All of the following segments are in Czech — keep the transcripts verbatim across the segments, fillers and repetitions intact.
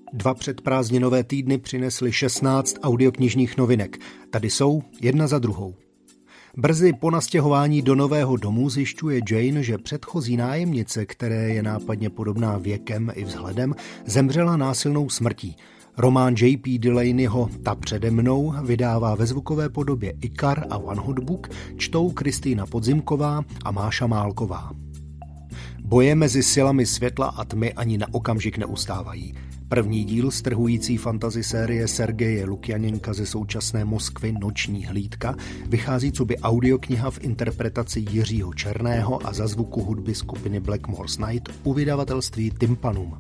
Dva předprázdninové týdny přinesly šestnáct audioknižních novinek. Tady jsou jedna za druhou. Brzy po nastěhování do nového domu zjišťuje Jane, že předchozí nájemnice, které je nápadně podobná věkem i vzhledem, zemřela násilnou smrtí. Román J P Delaneyho Ta přede mnou vydává ve zvukové podobě Ikar a One Hot Book, čtou Kristýna Podzimková a Máša Málková. Boje mezi silami světla a tmy ani na okamžik neustávají. První díl strhující fantasy série Sergeje Lukjaněnka ze současné Moskvy Noční hlídka vychází coby audiokniha v interpretaci Jiřího Černého a za zvuku hudby skupiny Blackmore's Night u vydavatelství Tympanum.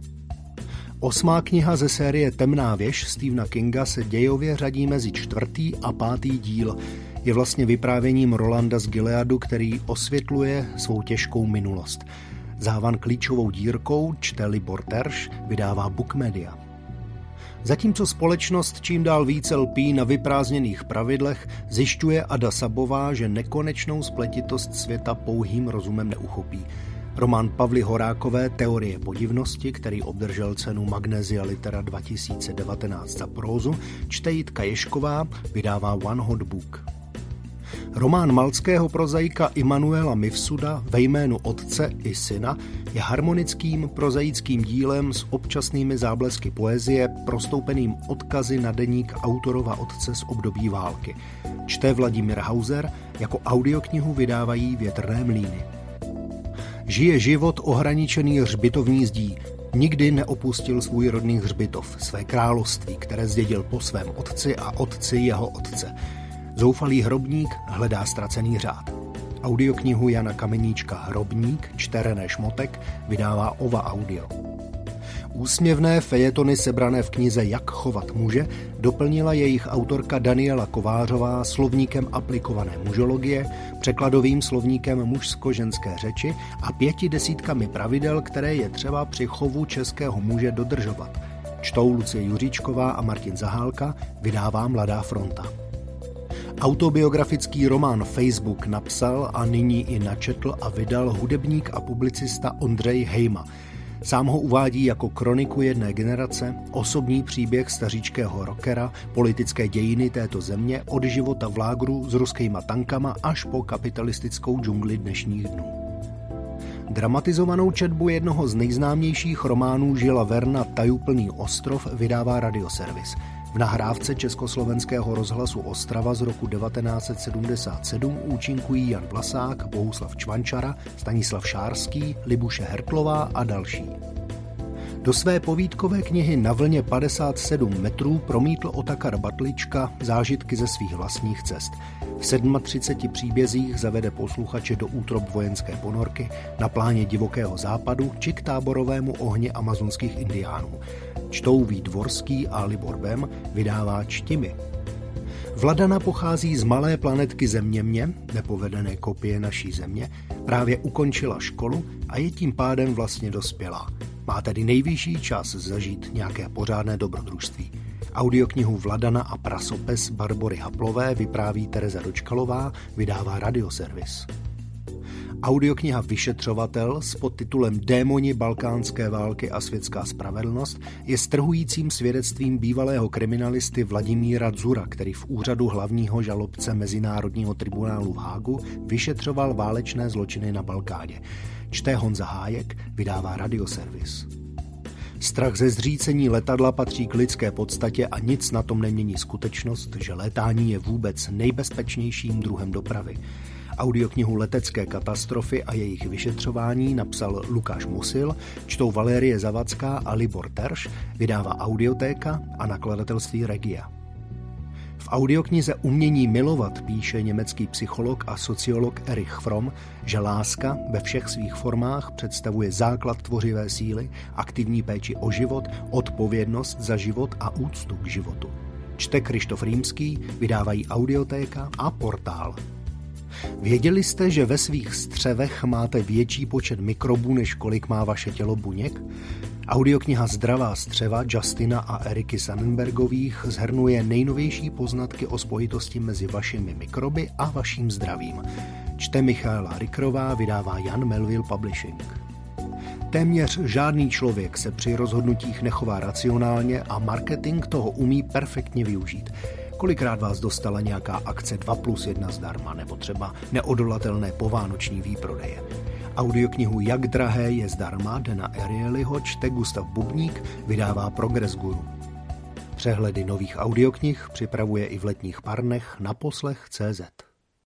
Osmá kniha ze série Temná věž Stephena Kinga se dějově řadí mezi čtvrtý a pátý díl. Je vlastně vyprávěním Rolanda z Gileadu, který osvětluje svou těžkou minulost. Závan klíčovou dírkou čte Libor Terš, vydává Book Media. Zatímco společnost čím dál více lpí na vyprázdněných pravidlech, zjišťuje Ada Sabová, že nekonečnou spletitost světa pouhým rozumem neuchopí. Román Pavly Horákové Teorie podivnosti, který obdržel cenu Magnesia Litera dva tisíce devatenáct za prózu, čte Jitka Ježková, vydává One Hot Book. Román maltského prozaika Immanuela Mifsuda Ve jménu Otce i Syna je harmonickým prozaickým dílem s občasnými záblesky poezie, prostoupeným odkazy na deník autorova otce z období války. Čte Vladimír Hauser, jako audioknihu vydávají Větrné mlýny. Žije život ohraničený hřbitovní zdí. Nikdy neopustil svůj rodný hřbitov, své království, které zdědil po svém otci a otci jeho otce. Zoufalý hrobník hledá ztracený řád. Audioknihu Jana Kameníčka Hrobník, čte René Šmotek, vydává Ova Audio. Úsměvné fejetony sebrané v knize Jak chovat muže doplnila jejich autorka Daniela Kovářová slovníkem aplikované mužologie, překladovým slovníkem mužsko-ženské řeči a pěti desítkami pravidel, které je třeba při chovu českého muže dodržovat. Čtou Lucie Juříčková a Martin Zahálka, vydává Mladá fronta. Autobiografický román Facebook napsal a nyní i načetl a vydal hudebník a publicista Ondřej Hejma. Sám ho uvádí jako kroniku jedné generace, osobní příběh staříčkého rockera, politické dějiny této země od života v lágru s ruskýma tankama až po kapitalistickou džungli dnešních dnů. Dramatizovanou četbu jednoho z nejznámějších románů Žila Verna Tajuplný ostrov vydává Radioservis. V nahrávce Československého rozhlasu Ostrava z roku devatenáct set sedmdesát sedm účinkují Jan Vlasák, Bohuslav Čvančara, Stanislav Šárský, Libuše Hertlová a další. Do své povídkové knihy Na vlně padesát sedm metrů promítl Otakar Batlička zážitky ze svých vlastních cest. V třiceti sedmi příbězích zavede posluchače do útrob vojenské ponorky, na pláně divokého západu či k táborovému ohni amazonských indiánů. Čtou Vít Dvorský a Libor Bem, vydává Čtimi. Vladana pochází z malé planetky Zeměmě, nepovedené kopie naší země, právě ukončila školu a je tím pádem vlastně dospělá. Má tedy nejvyšší čas zažít nějaké pořádné dobrodružství. Audioknihu Vladana a prasopes Barbory Haplové vypráví Tereza Dočkalová, vydává Radioservis. Audiokniha Vyšetřovatel s podtitulem Démoni balkánské války a světská spravedlnost je strhujícím svědectvím bývalého kriminalisty Vladimíra Dzura, který v úřadu hlavního žalobce Mezinárodního tribunálu v Hágu vyšetřoval válečné zločiny na Balkáně. Čte Honza Hájek, vydává Radioservis. Strach ze zřícení letadla patří k lidské podstatě a nic na tom nemění skutečnost, že létání je vůbec nejbezpečnějším druhem dopravy. Audioknihu Letecké katastrofy a jejich vyšetřování napsal Lukáš Musil, čtou Valérie Zavacká a Libor Terš, vydává Audiotéka a nakladatelství Regia. V audioknize Umění milovat píše německý psycholog a sociolog Erich Fromm, že láska ve všech svých formách představuje základ tvořivé síly, aktivní péči o život, odpovědnost za život a úctu k životu. Čte Krištof Rýmský, vydávají Audiotéka a Portál. Věděli jste, že ve svých střevech máte větší počet mikrobů, než kolik má vaše tělo buněk? Audiokniha Zdravá střeva Justina a Eriky Sannenbergových shrnuje nejnovější poznatky o spojitosti mezi vašimi mikroby a vaším zdravím. Čte Michaela Rikrová, vydává Jan Melville Publishing. Téměř žádný člověk se při rozhodnutích nechová racionálně a marketing toho umí perfektně využít. Kolikrát vás dostala nějaká akce dva plus jedna zdarma nebo třeba neodolatelné povánoční výprodeje. Audioknihu Jak drahé je zdarma Dana Arielyho čte Gustav Bubník, vydává Progress Guru. Přehledy nových audioknih připravuje i v letních parnech na poslech tečka cé zet.